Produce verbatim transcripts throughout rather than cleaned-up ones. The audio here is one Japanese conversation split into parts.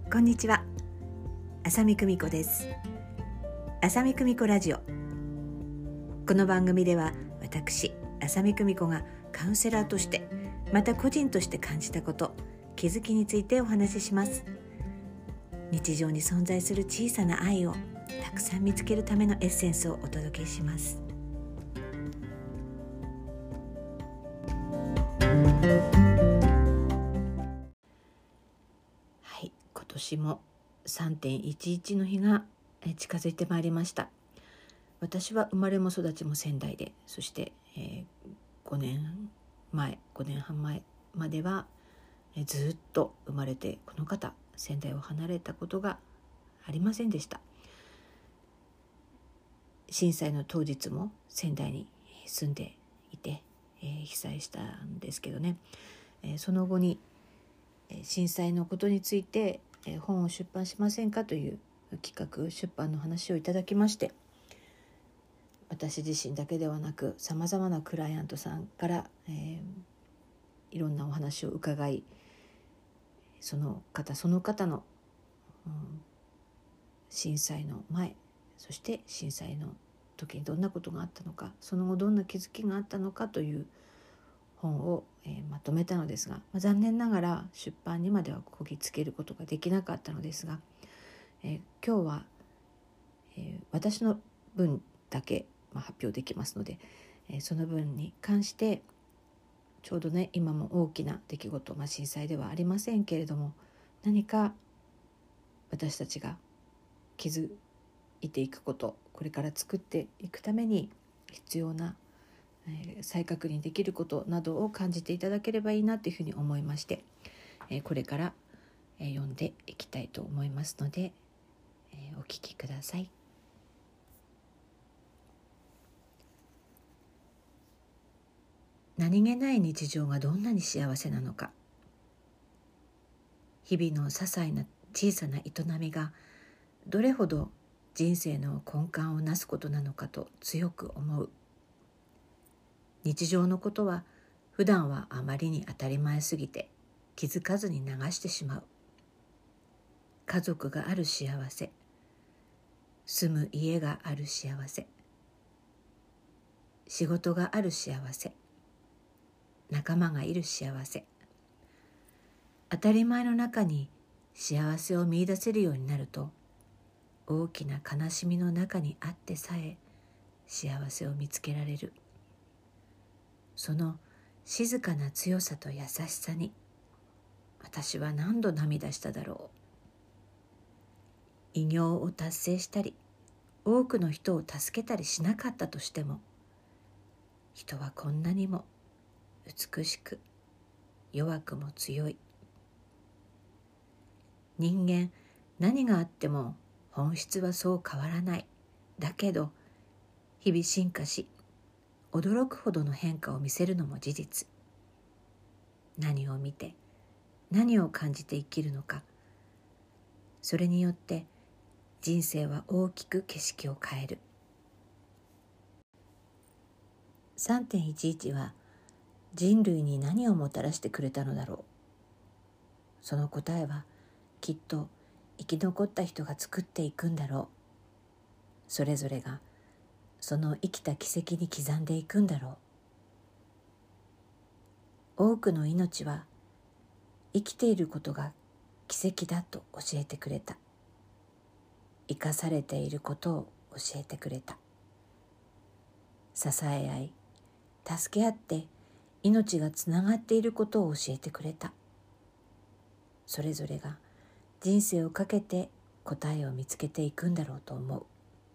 こんにちは、浅見久美子です。浅見久美子ラジオ。この番組では私浅見久美子がカウンセラーとしてまた個人として感じたこと、気づきについてお話しします。日常に存在する小さな愛をたくさん見つけるためのエッセンスをお届けします。はい、今年も さんてんいちいち の日が近づいてまいりました。私は生まれも育ちも仙台で、そして、えー、ごねんまえごねんはん前までは、えー、ずっと生まれてこの方仙台を離れたことがありませんでした。震災の当日も仙台に住んでいて、えー、被災したんですけどね、えー、その後に震災のことについて本を出版しませんかという企画出版の話をいただきまして、私自身だけではなくさまざまなクライアントさんから、えー、いろんなお話を伺い、その方その方の、うん、震災の前、そして震災の時にどんなことがあったのか、その後どんな気づきがあったのかという本を、えー、まとめたのですが、まあ、残念ながら出版にまではこぎつけることができなかったのですが、えー、今日は、えー、私の分だけ、まあ、発表できますので、えー、その分に関してちょうどね、今も大きな出来事、まあ、震災ではありませんけれども、何か私たちが気づいていくこと、これから作っていくために必要な再確認できることなどを感じていただければいいなというふうに思いまして、これから読んでいきたいと思いますので、お聞きください。何気ない日常がどんなに幸せなのか、日々の些細な小さな営みがどれほど人生の根幹をなすことなのかと強く思う。日常のことは普段はあまりに当たり前すぎて気づかずに流してしまう。家族がある幸せ、住む家がある幸せ、仕事がある幸せ、仲間がいる幸せ、当たり前の中に幸せを見出せるようになると、大きな悲しみの中にあってさえ幸せを見つけられる。その静かな強さと優しさに私は何度涙しただろう。偉業を達成したり多くの人を助けたりしなかったとしても、人はこんなにも美しく弱くも強い。人間何があっても本質はそう変わらない。だけど日々進化し驚くほどの変化を見せるのも事実。何を見て何を感じて生きるのか、それによって人生は大きく景色を変える。 さんてんいちいち は人類に何をもたらしてくれたのだろう。その答えはきっと生き残った人が作っていくんだろう。それぞれがその生きた軌跡に刻んでいくんだろう。多くの命は生きていることが奇跡だと教えてくれた。生かされていることを教えてくれた。支え合い、助け合って命がつながっていることを教えてくれた。それぞれが人生をかけて答えを見つけていくんだろうと思う。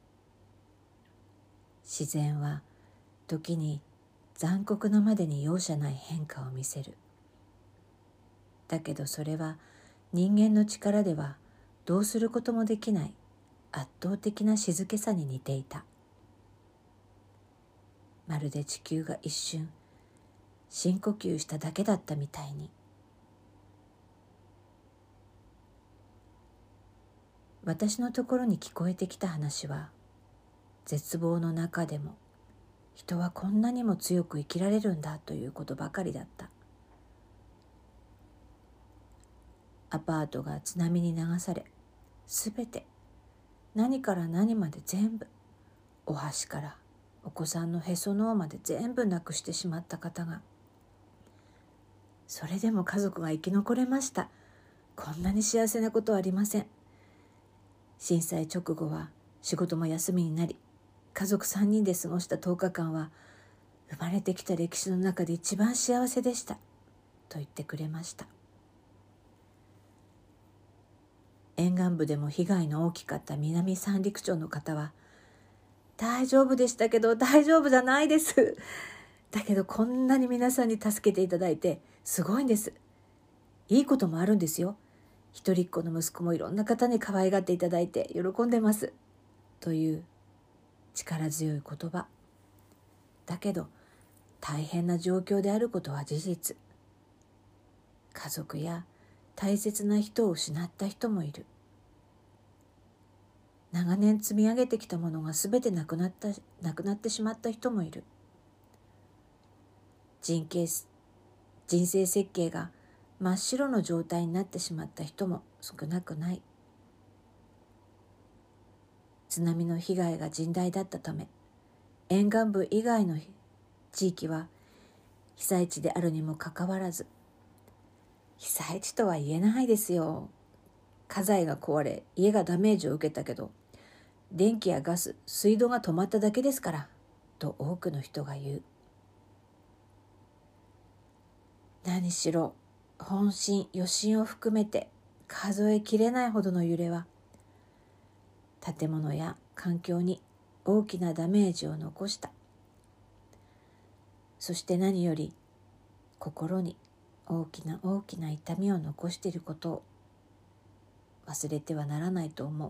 自然は時に残酷なまでに容赦ない変化を見せる。だけどそれは人間の力ではどうすることもできない圧倒的な静けさに似ていた。まるで地球が一瞬深呼吸しただけだったみたいに。私のところに聞こえてきた話は、絶望の中でも人はこんなにも強く生きられるんだということばかりだった。 アパートが津波に流され、すべて何から何まで全部、お箸からお子さんのへその緒まで全部なくしてしまった方が、それでも家族が生き残れました。こんなに幸せなことはありません。震災直後は仕事も休みになり、家族さんにんで過ごしたとおかかんは生まれてきた歴史の中で一番幸せでしたと言ってくれました。沿岸部でも被害の大きかった南三陸町の方は、大丈夫でしたけど大丈夫じゃないです。だけどこんなに皆さんに助けていただいてすごいんです。いいこともあるんですよ。一人っ子の息子もいろんな方に可愛がっていただいて喜んでます。という力強い言葉。だけど大変な状況であることは事実。家族や大切な人を失った人もいる。長年積み上げてきたものがすべてなくなった、なくなってしまった人もいる。人形、人生設計が真っ白の状態になってしまった人も少なくない。津波の被害が甚大だったため、沿岸部以外の地域は被災地であるにもかかわらず、被災地とは言えないですよ。家財が壊れ、家がダメージを受けたけど、電気やガス、水道が止まっただけですから、と多くの人が言う。何しろ、本震、余震を含めて数えきれないほどの揺れは、建物や環境に大きなダメージを残した。そして何より、心に大きな大きな痛みを残していることを忘れてはならないと思う。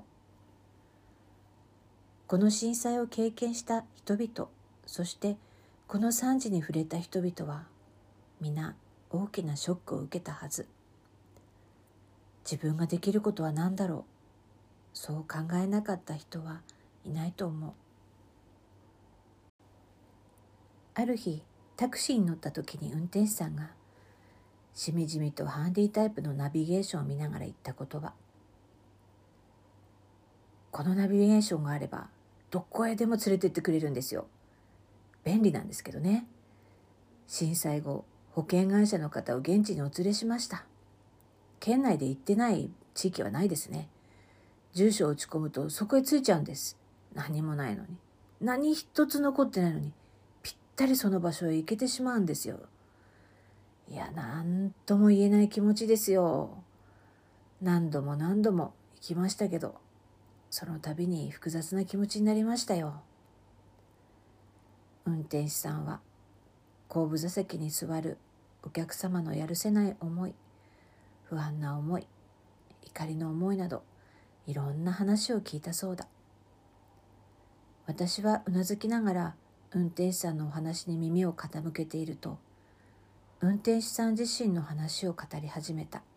この震災を経験した人々、そしてこの惨事に触れた人々は皆大きなショックを受けたはず。自分ができることは何だろう、そう考えなかった人はいないと思う。ある日タクシーに乗った時に運転手さんがしみじみとハンディタイプのナビゲーションを見ながら言った言葉。このナビゲーションがあればどこへでも連れてってくれるんですよ。便利なんですけどね。震災後、保険会社の方を現地にお連れしました。県内で行ってない地域はないですね。住所を打ち込むとそこへ着いちゃうんです。何もないのに。何一つ残ってないのに、ぴったりその場所へ行けてしまうんですよ。いや、なんとも言えない気持ちですよ。何度も何度も行きましたけど、その度に複雑な気持ちになりましたよ。運転手さんは後部座席に座るお客様のやるせない思い、不安な思い、怒りの思いなどいろんな話を聞いたそうだ。私はうなずきながら運転手さんのお話に耳を傾けていると、運転手さん自身の話を語り始めた。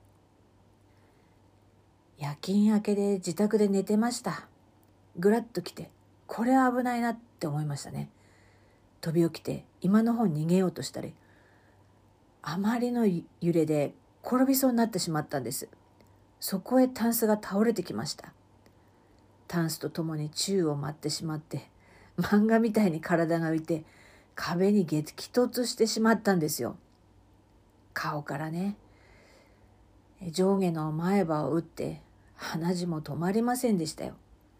夜勤明けで自宅で寝てました。ぐらっと来て、これは危ないなって思いましたね。飛び起きて今の方に逃げようとしたり、あまりの揺れで転びそうになってしまったんです。そこへタンスが倒れてきました。タンスとともに宙を舞ってしまって、漫画みたいに体が浮いて壁に激突してしまったんですよ。顔からね。上下の前歯を打って鼻血も止まりませんでしたよ。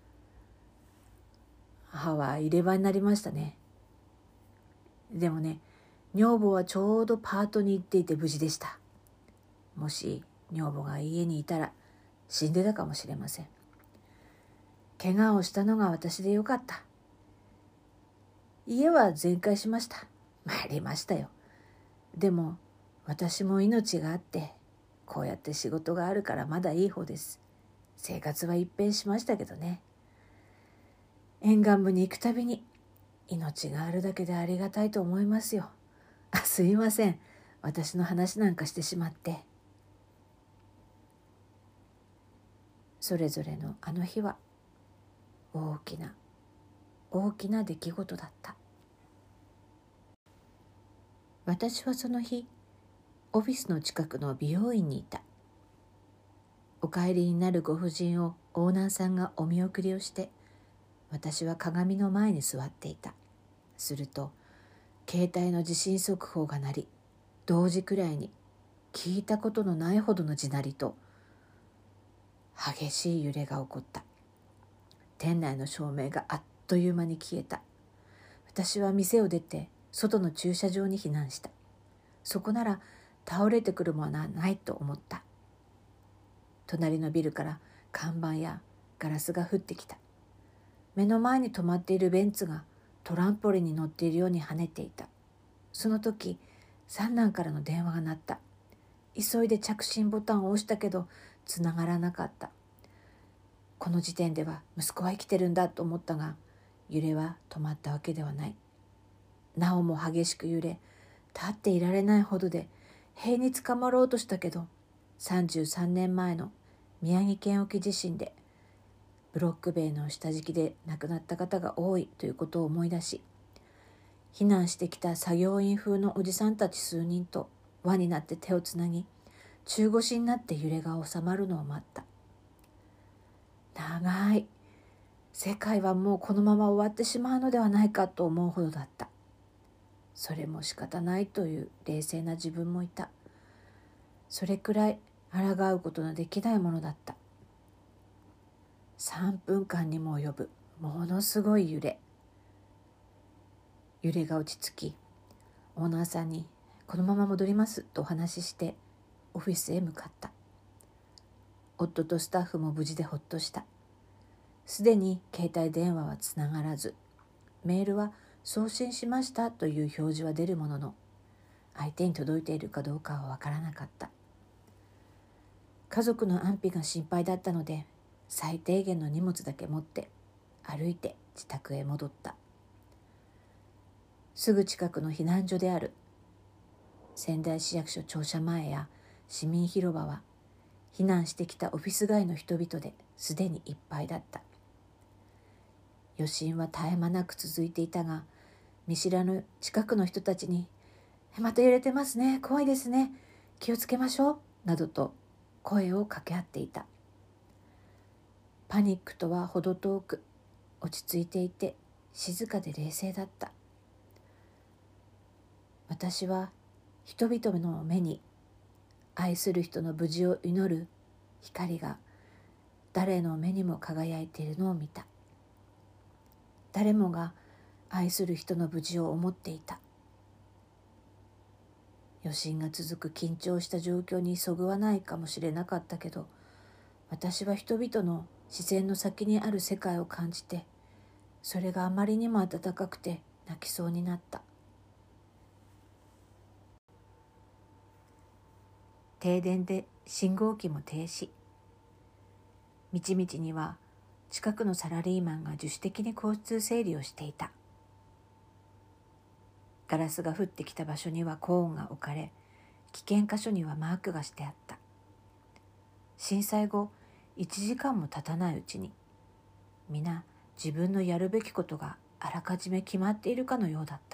歯は入れ歯になりましたね。でもね、女房はちょうどパートに行っていて無事でした。もし女房が家にいたら死んでたかもしれません。怪我をしたのが私でよかった。家は全壊しました。参りましたよ。でも私も命があって、こうやって仕事があるからまだいい方です。生活は一変しましたけどね。沿岸部に行くたびに命があるだけでありがたいと思いますよ。あ、すいません。私の話なんかしてしまって。それぞれのあの日は大きな大きな出来事だった。私はその日、オフィスの近くの美容院にいた。 お帰りになるご婦人をオーナーさんがお見送りをして、私は鏡の前に座っていた。すると携帯の地震速報が鳴り、同時くらいに聞いたことのないほどの地鳴りと激しい揺れが起こった。店内の照明があっという間に消えた。私は店を出て外の駐車場に避難した。そこなら倒れてくるものはないと思った。隣のビルから看板やガラスが降ってきた。目の前に止まっているベンツがトランポリンに乗っているように跳ねていた。その時、三男からの電話が鳴った。急いで着信ボタンを押したけどつながらなかった。この時点では息子は生きてるんだと思ったが、揺れは止まったわけではない。なおも激しく揺れ、立っていられないほどで塀につかまろうとしたけど、さんじゅうさんねんまえの宮城県沖地震でブロック塀の下敷きで亡くなった方が多いということを思い出し、避難してきた作業員風のおじさんたち数人と輪になって手をつなぎ、中腰になって揺れが収まるのを待った。長い。世界はもうこのまま終わってしまうのではないかと思うほどだった。それも仕方ないという冷静な自分もいた。それくらい抗うことのできないものだった。さんぷんかんにも及ぶものすごい揺れ。揺れが落ち着き、オーナーさんにこのまま戻りますとお話ししてオフィスへ向かった。夫とスタッフも無事でほっとした。すでに携帯電話はつながらず、メールは送信しましたという表示は出るものの、相手に届いているかどうかはわからなかった。家族の安否が心配だったので、最低限の荷物だけ持って歩いて自宅へ戻った。すぐ近くの避難所である仙台市役所庁舎前や市民広場は、避難してきたオフィス街の人々ですでにいっぱいだった。余震は絶え間なく続いていたが、見知らぬ近くの人たちに「また揺れてますね、怖いですね、気をつけましょう」などと声を掛け合っていた。パニックとは程遠く、落ち着いていて静かで冷静だった。私は人々の目に愛する人の無事を祈る光が誰の目にも輝いているのを見た。誰もが愛する人の無事を思っていた。余震が続く緊張した状況にそぐわないかもしれなかったけど、私は人々の視線の先にある世界を感じて、それがあまりにも温かくて泣きそうになった。停電で信号機も停止。道々には近くのサラリーマンが自主的に交通整理をしていた。ガラスが降ってきた場所にはコーンが置かれ、危険箇所にはマークがしてあった。震災後いちじかんも経たないうちに、皆自分のやるべきことがあらかじめ決まっているかのようだった。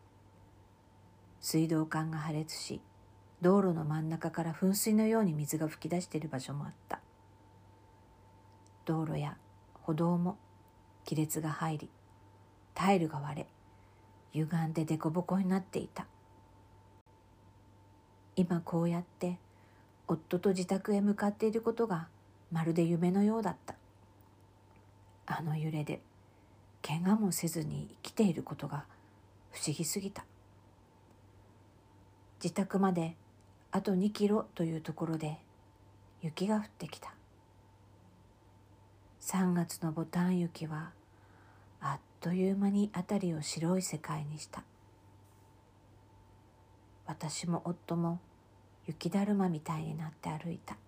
水道管が破裂し、道路の真ん中から噴水のように水が噴き出している場所もあった。道路や歩道も亀裂が入り、タイルが割れ、歪んで凸凹になっていた。今こうやって夫と自宅へ向かっていることがまるで夢のようだった。あの揺れで怪我もせずに生きていることが不思議すぎた。自宅まであとにキロというところで雪が降ってきた。さんがつのボタン雪はあっという間に辺りを白い世界にした。私も夫も雪だるまみたいになって歩いた。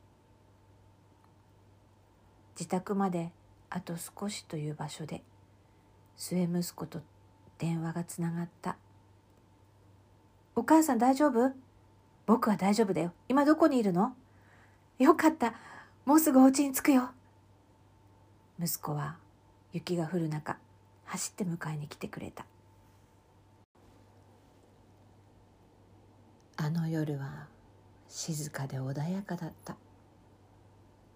自宅まであと少しという場所で末息子と電話がつながった。お母さん大丈夫？僕は大丈夫だよ。今どこにいるの？よかった。もうすぐお家に着くよ。息子は雪が降る中、走って迎えに来てくれた。あの夜は静かで穏やかだった。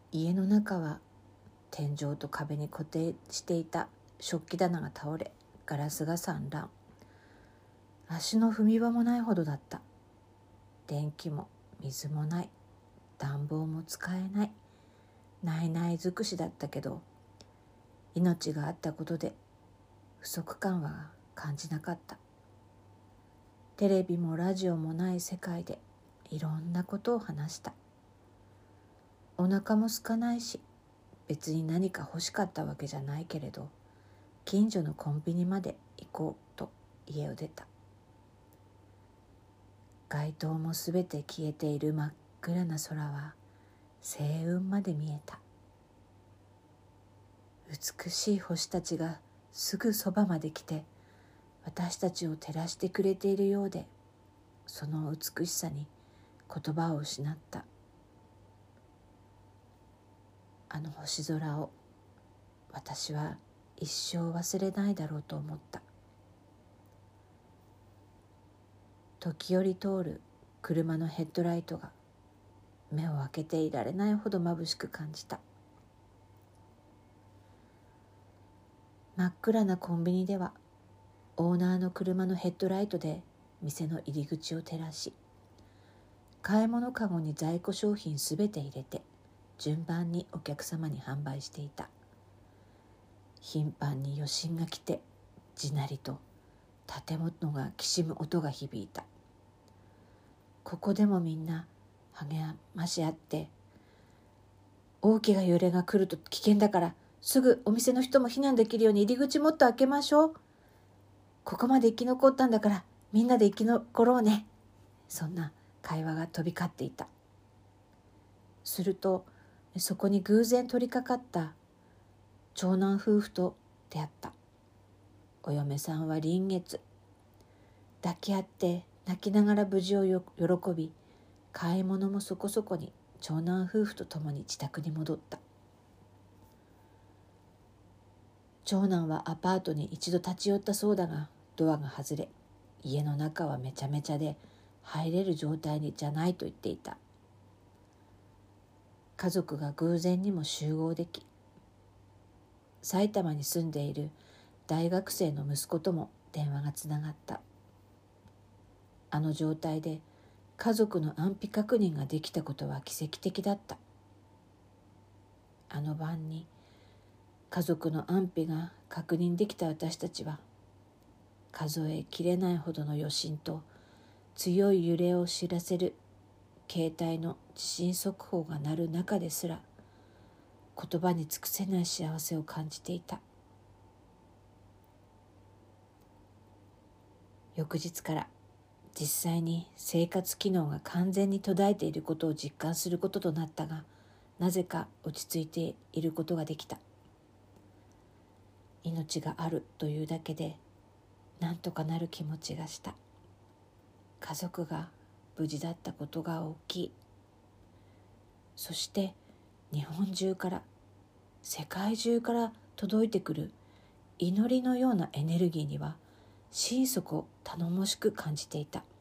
家の中は天井と壁に固定していた食器棚が倒れ、ガラスが散乱。足の踏み場もないほどだった。電気も水もない。暖房も使えない。ないない尽くしだったけど、命があったことで不足感は感じなかった。テレビもラジオもない世界でいろんなことを話した。お腹も空かないし、別に何か欲しかったわけじゃないけれど、近所のコンビニまで行こうと家を出た。街灯もすべて消えている真っ暗な空は星雲まで見えた。美しい星たちがすぐそばまで来て、私たちを照らしてくれているようで、その美しさに言葉を失った。あの星空を私は一生忘れないだろうと思った。時折通る車のヘッドライトが目を開けていられないほど眩しく感じた。真っ暗なコンビニではオーナーの車のヘッドライトで店の入り口を照らし、買い物かごに在庫商品すべて入れて順番にお客様に販売していた。頻繁に余震が来て、じなりと建物がきしむ音が響いた。ここでもみんな励まし合って、大きな揺れが来ると危険だから、すぐお店の人も避難できるように入り口もっと開けましょう。ここまで生き残ったんだからみんなで生き残ろうね。そんな会話が飛び交っていた。するとそこに偶然取り掛かった長男夫婦と出会った。お嫁さんは臨月。抱き合って泣きながら無事をよ喜び、買い物もそこそこに長男夫婦と共に自宅に戻った。長男はアパートに一度立ち寄ったそうだが、ドアが外れ、家の中はめちゃめちゃで入れる状態にじゃないと言っていた。家族が偶然にも集合でき、埼玉に住んでいる大学生の息子とも電話がつながった。あの状態で家族の安否確認ができたことは奇跡的だった。あの晩に家族の安否が確認できた私たちは、数えきれないほどの余震と強い揺れを知らせる携帯の地震速報が鳴る中ですら、言葉に尽くせない幸せを感じていた。翌日から実際に生活機能が完全に途絶えていることを実感することとなったが、なぜか落ち着いていることができた。命があるというだけでなんとかなる気持ちがした。家族が無事だったことが大きい。そして日本中から、世界中から届いてくる祈りのようなエネルギーには心底頼もしく感じていた。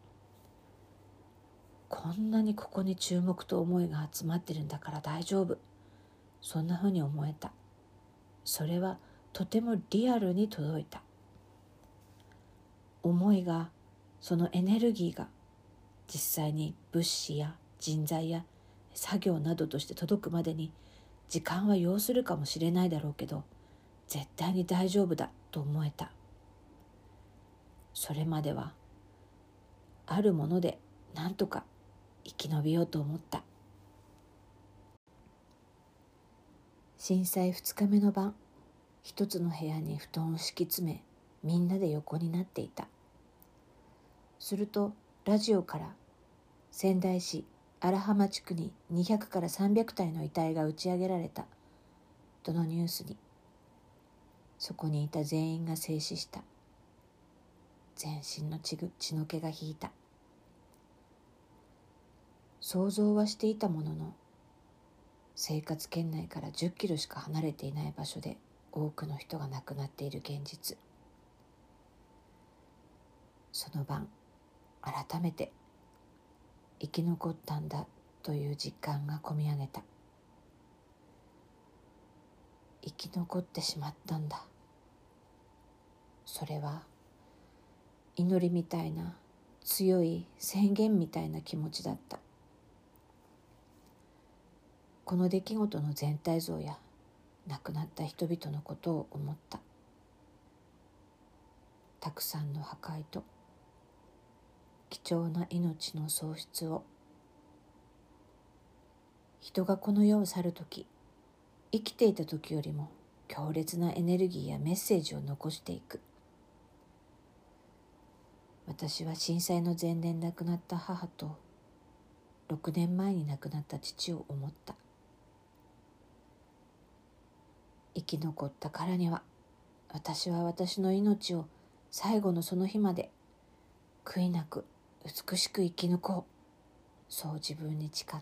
こんなにここに注目と思いが集まってるんだから大丈夫。そんなふうに思えた。それはとてもリアルに届いた。思いが、そのエネルギーが実際に物資や人材や作業などとして届くまでに時間は要するかもしれないだろうけど、絶対に大丈夫だと思えた。それまではあるものでなんとか生き延びようと思った。震災ふつかめの晩、一つの部屋に布団を敷き詰め、みんなで横になっていた。するとラジオから仙台市荒浜地区ににひゃくからさんびゃくたいの遺体が打ち上げられたとのニュースに、そこにいた全員が静止した。全身の血ぐ血の気が引いた。想像はしていたものの、生活圏内からじゅっキロしか離れていない場所で多くの人が亡くなっている現実。その晩、改めて生き残ったんだという実感がこみ上げた。 生き残ってしまったんだ。それは祈りみたいな強い宣言みたいな気持ちだった。この出来事の全体像や亡くなった人々のことを思った。たくさんの破壊と貴重な命の喪失を、人がこの世を去るとき、生きていた時よりも強烈なエネルギーやメッセージを残していく。私は震災の前年亡くなった母とろくねんまえに亡くなった父を思った。生き残ったからには、私は私の命を最後のその日まで悔いなく美しく生き抜こう、そう自分に誓った。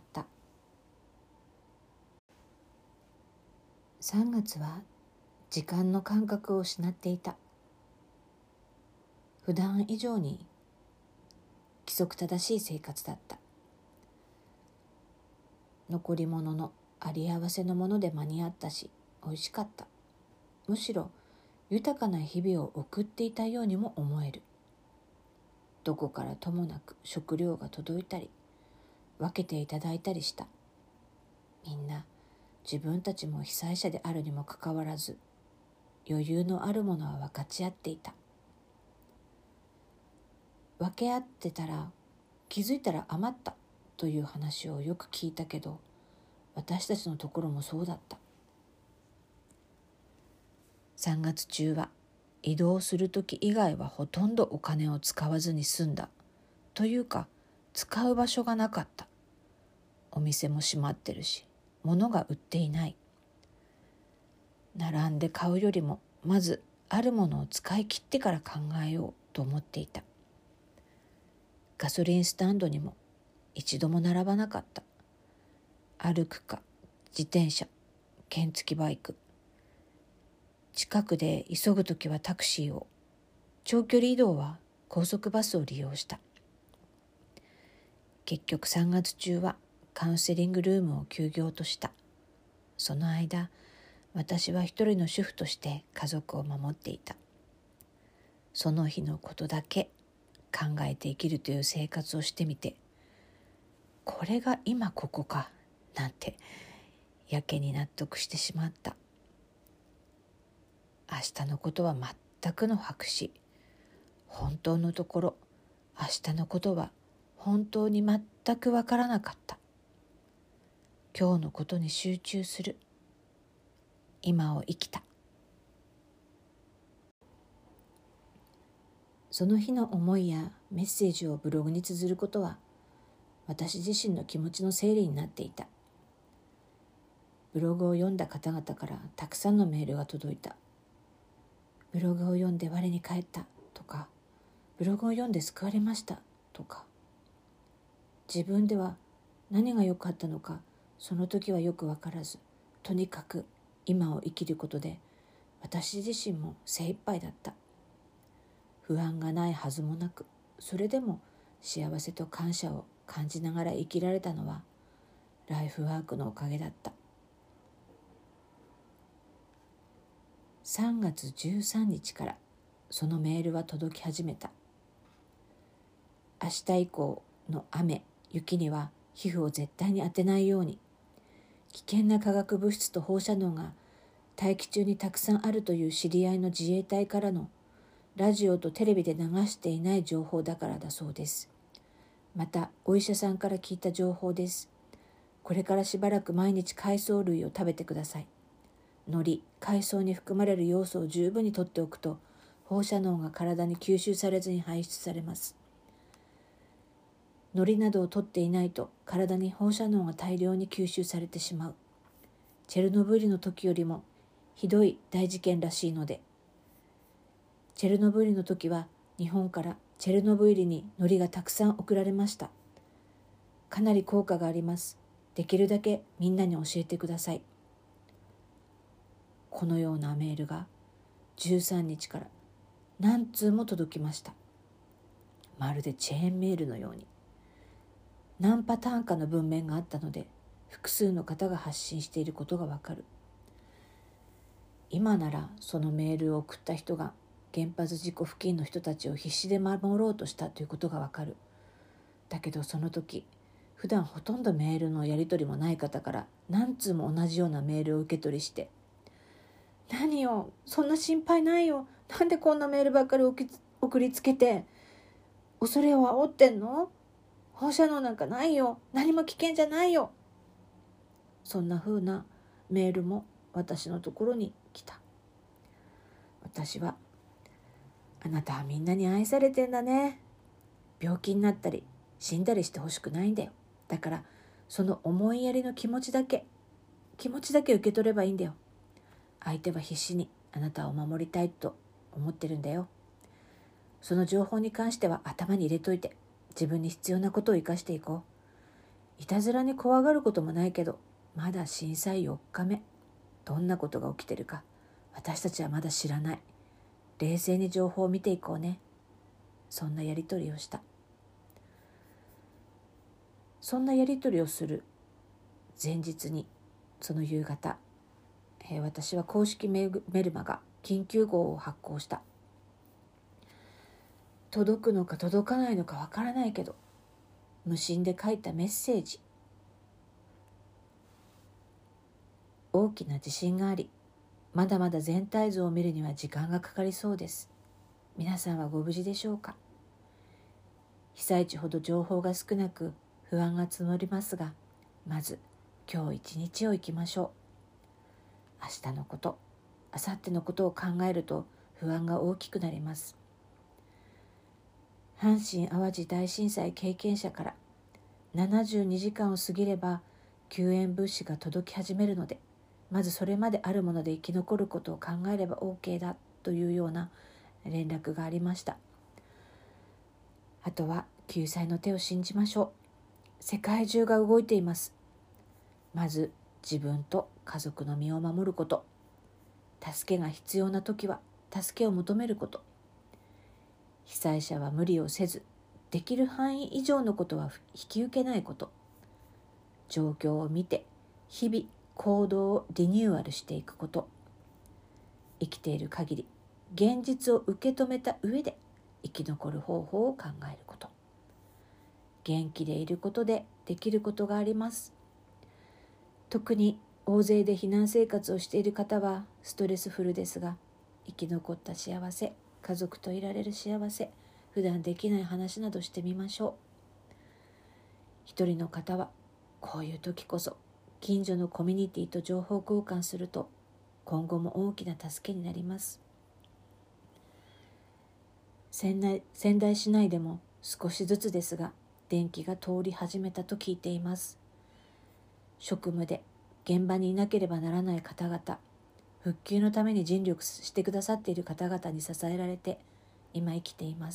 さんがつは時間の感覚を失っていた。普段以上に規則正しい生活だった。残り物のあり合わせのもので間に合ったし、美味しかった。むしろ豊かな日々を送っていたようにも思える。どこからともなく食料が届いたり、分けていただいたりした。みんな自分たちも被災者であるにもかかわらず、余裕のあるものは分かち合っていた。分け合ってたら気づいたら余ったという話をよく聞いたけど、私たちのところもそうだった。さんがつ中は移動するとき以外はほとんどお金を使わずに済んだ。というか、使う場所がなかった。お店も閉まってるし、物が売っていない。並んで買うよりも、まずあるものを使い切ってから考えようと思っていた。ガソリンスタンドにも一度も並ばなかった。歩くか自転車、原付バイク。近くで急ぐときはタクシーを、長距離移動は高速バスを利用した。結局さんがつ中はカウンセリングルームを休業とした。その間、私は一人の主婦として家族を守っていた。その日のことだけ考えて生きるという生活をしてみて、これが今ここかなんてやけに納得してしまった。明日のことは全くの白紙。本当のところ、明日のことは本当に全くわからなかった。今日のことに集中する。今を生きた。その日の思いやメッセージをブログに綴ることは、私自身の気持ちの整理になっていた。ブログを読んだ方々からたくさんのメールが届いた。ブログを読んで我に返ったとか、ブログを読んで救われましたとか、自分では何が良かったのかその時はよく分からず、とにかく今を生きることで私自身も精一杯だった。不安がないはずもなく、それでも幸せと感謝を感じながら生きられたのはライフワークのおかげだった。さんがつじゅうさんにちからそのメールは届き始めた。明日以降の雨、雪には皮膚を絶対に当てないように。危険な化学物質と放射能が大気中にたくさんあるという知り合いの自衛隊からのラジオとテレビで流していない情報だからだそうです。またお医者さんから聞いた情報です。これからしばらく毎日海藻類を食べてください。海苔、海藻に含まれる要素を十分にとっておくと、放射能が体に吸収されずに排出されます。海苔などをとっていないと体に放射能が大量に吸収されてしまう。チェルノブイリの時よりもひどい大事件らしいので。チェルノブイリの時は日本からチェルノブイリに海苔がたくさん送られました。かなり効果があります。できるだけみんなに教えてください。このようなメールがじゅうさんにちから何通も届きました。まるでチェーンメールのように。何パターンかの文面があったので、複数の方が発信していることがわかる。 今ならそのメールを送った人が原発事故付近の人たちを必死で守ろうとしたということがわかる。だけどその時、普段ほとんどメールのやり取りもない方から何通も同じようなメールを受け取りして、何よ、そんな心配ないよ、なんでこんなメールばっかり送りつけて恐れを煽ってんの、放射能なんかないよ、何も危険じゃないよ、そんな風なメールも私のところに来た。私は、あなたはみんなに愛されてんだね、病気になったり死んだりしてほしくないんだよ、だからその思いやりの気持ちだけ気持ちだけ受け取ればいいんだよ、相手は必死にあなたを守りたいと思ってるんだよ、その情報に関しては頭に入れといて、自分に必要なことを生かしていこう。いたずらに怖がることもないけど、まだ震災よっかめ、どんなことが起きてるか私たちはまだ知らない。冷静に情報を見ていこうね。そんなやり取りをした。そんなやり取りをする前日に、その夕方、えー、私は公式メルマガ緊急号を発行した。届くのか届かないのかわからないけど、無心で書いたメッセージ。大きな地震があり、まだまだ全体像を見るには時間がかかりそうです。皆さんはご無事でしょうか。被災地ほど情報が少なく不安が募りますが、まず今日一日を生きましょう。明日のこと、明後日のことを考えると不安が大きくなります。阪神・淡路大震災経験者からななじゅうにじかんを過ぎれば救援物資が届き始めるので、まずそれまであるもので生き残ることを考えれば OK だというような連絡がありました。あとは救済の手を信じましょう。世界中が動いています。まず自分と家族の身を守ること、助けが必要な時は助けを求めること、被災者は無理をせず、できる範囲以上のことは引き受けないこと、状況を見て日々行動をリニューアルしていくこと、生きている限り現実を受け止めた上で生き残る方法を考えること、元気でいることでできることがあります。特に大勢で避難生活をしている方はストレスフルですが、生き残った幸せ、家族といられる幸せ、普段できない話などしてみましょう。一人の方はこういう時こそ近所のコミュニティと情報交換すると今後も大きな助けになります。仙台、仙台市内でも少しずつですが電気が通り始めたと聞いています。職務で現場にいなければならない方々、復旧のために尽力してくださっている方々に支えられて今生きています。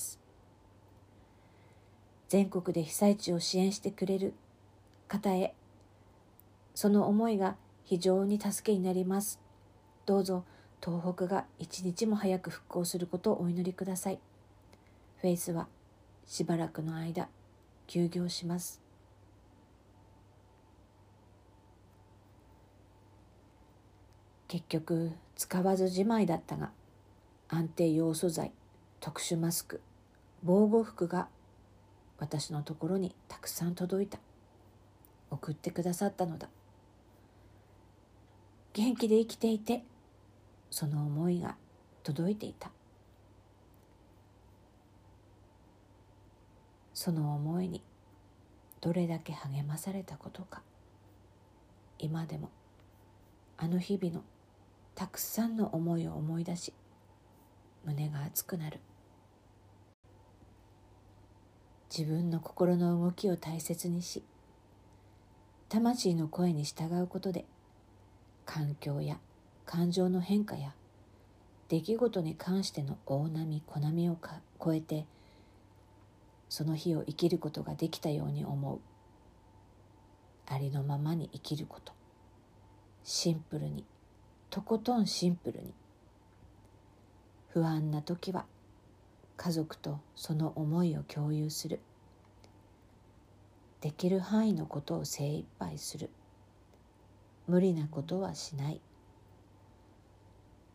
全国で被災地を支援してくれる方へ、その思いが非常に助けになります。どうぞ東北が一日も早く復興することをお祈りください。フェイスはしばらくの間休業します。結局使わずじまいだったが、安定ヨウ素材、特殊マスク、防護服が私のところにたくさん届いた。送ってくださったのだ。元気で生きていて、その思いが届いていた。その思いにどれだけ励まされたことか。今でもあの日々のたくさんの思いを思い出し、胸が熱くなる。自分の心の動きを大切にし、魂の声に従うことで、環境や感情の変化や出来事に関しての大波小波をか超えて、その日を生きることができたように思う。ありのままに生きること。シンプルに、とことんシンプルに。不安な時は家族とその思いを共有する。できる範囲のことを精一杯する。無理なことはしない。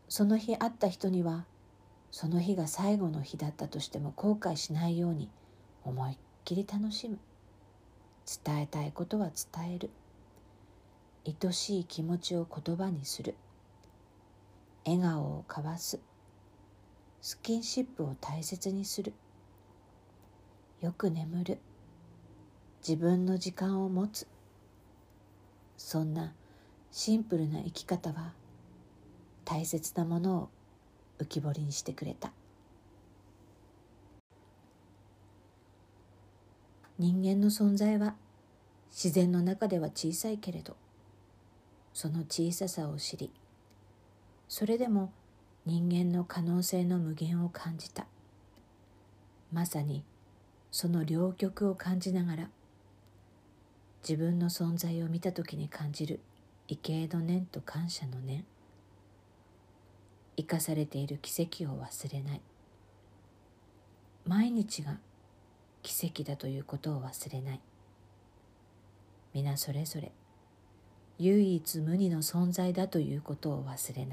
その日会った人にはその日が最後の日だったとしても後悔しないように思いっきり楽しむ。伝えたいことは伝える。愛しい気持ちを言葉にする。笑顔を交わす。スキンシップを大切にする。よく眠る。自分の時間を持つ。そんなシンプルな生き方は大切なものを浮き彫りにしてくれた。人間の存在は自然の中では小さいけれど、その小ささを知り、それでも人間の可能性の無限を感じた。まさにその両極を感じながら、自分の存在を見たときに感じる畏敬の念と感謝の念、生かされている奇跡を忘れない。毎日が奇跡だということを忘れない。皆それぞれ唯一無二の存在だということを忘れない。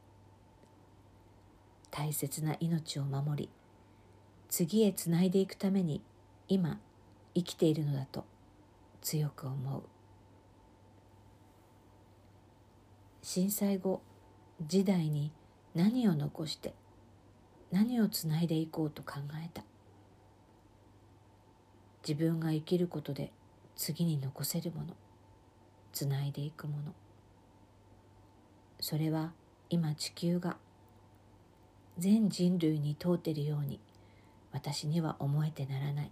大切な命を守り、次へつないでいくために今生きているのだと強く思う。震災後、時代に何を残して何をつないでいこうと考えた。自分が生きることで次に残せるもの、つないでいくもの、それは今地球が全人類に問うているように私には思えてならない。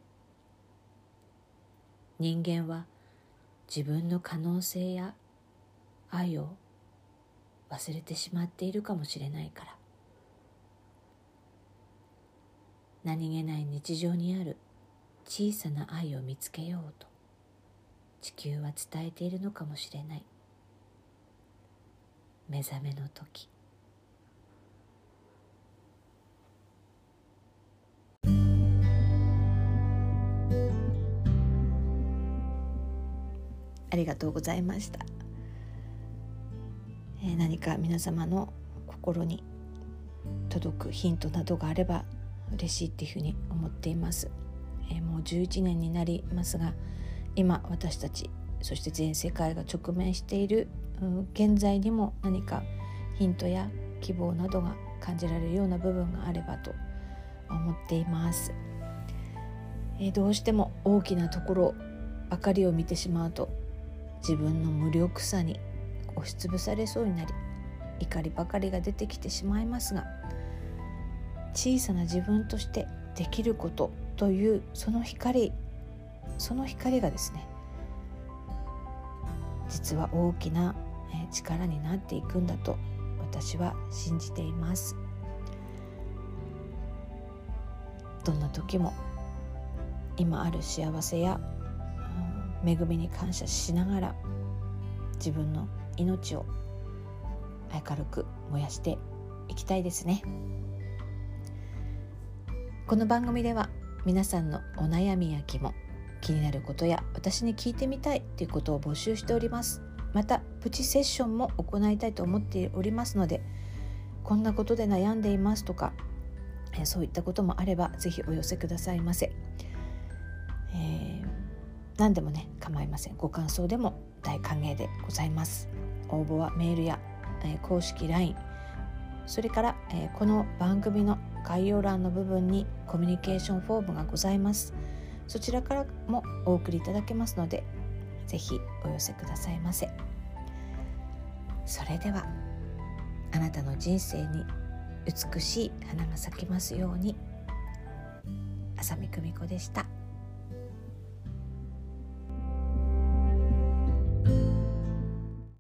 人間は自分の可能性や愛を忘れてしまっているかもしれないから。何気ない日常にある小さな愛を見つけようと地球は伝えているのかもしれない。目覚めの時。ありがとうございました。えー、何か皆様の心に届くヒントなどがあれば嬉しいっていうふうに思っています。えー、もうじゅういちねんになりますが、今私たちそして全世界が直面している、うん、現在にも何かヒントや希望などが感じられるような部分があればと思っています。えー、どうしても大きなところばかりを見てしまうと自分の無力さに押しつぶされそうになり、怒りばかりが出てきてしまいますが、小さな自分としてできることというその光その光がですね、実は大きな力になっていくんだと私は信じています。どんな時も今ある幸せや恵みに感謝しながら自分の命を明るく燃やしていきたいですね。この番組では皆さんのお悩みや疑問、気になることや私に聞いてみたいということを募集しております。またプチセッションも行いたいと思っておりますので、こんなことで悩んでいますとか、そういったこともあればぜひお寄せくださいませ。えー、何でもね構いません。ご感想でも大歓迎でございます。応募はメールや、えー、公式 ライン、 それから、えー、この番組の概要欄の部分にコミュニケーションフォームがございます。そちらからもお送りいただけますので、ぜひお寄せくださいませ。それではあなたの人生に美しい花が咲きますように。浅見久美子でした。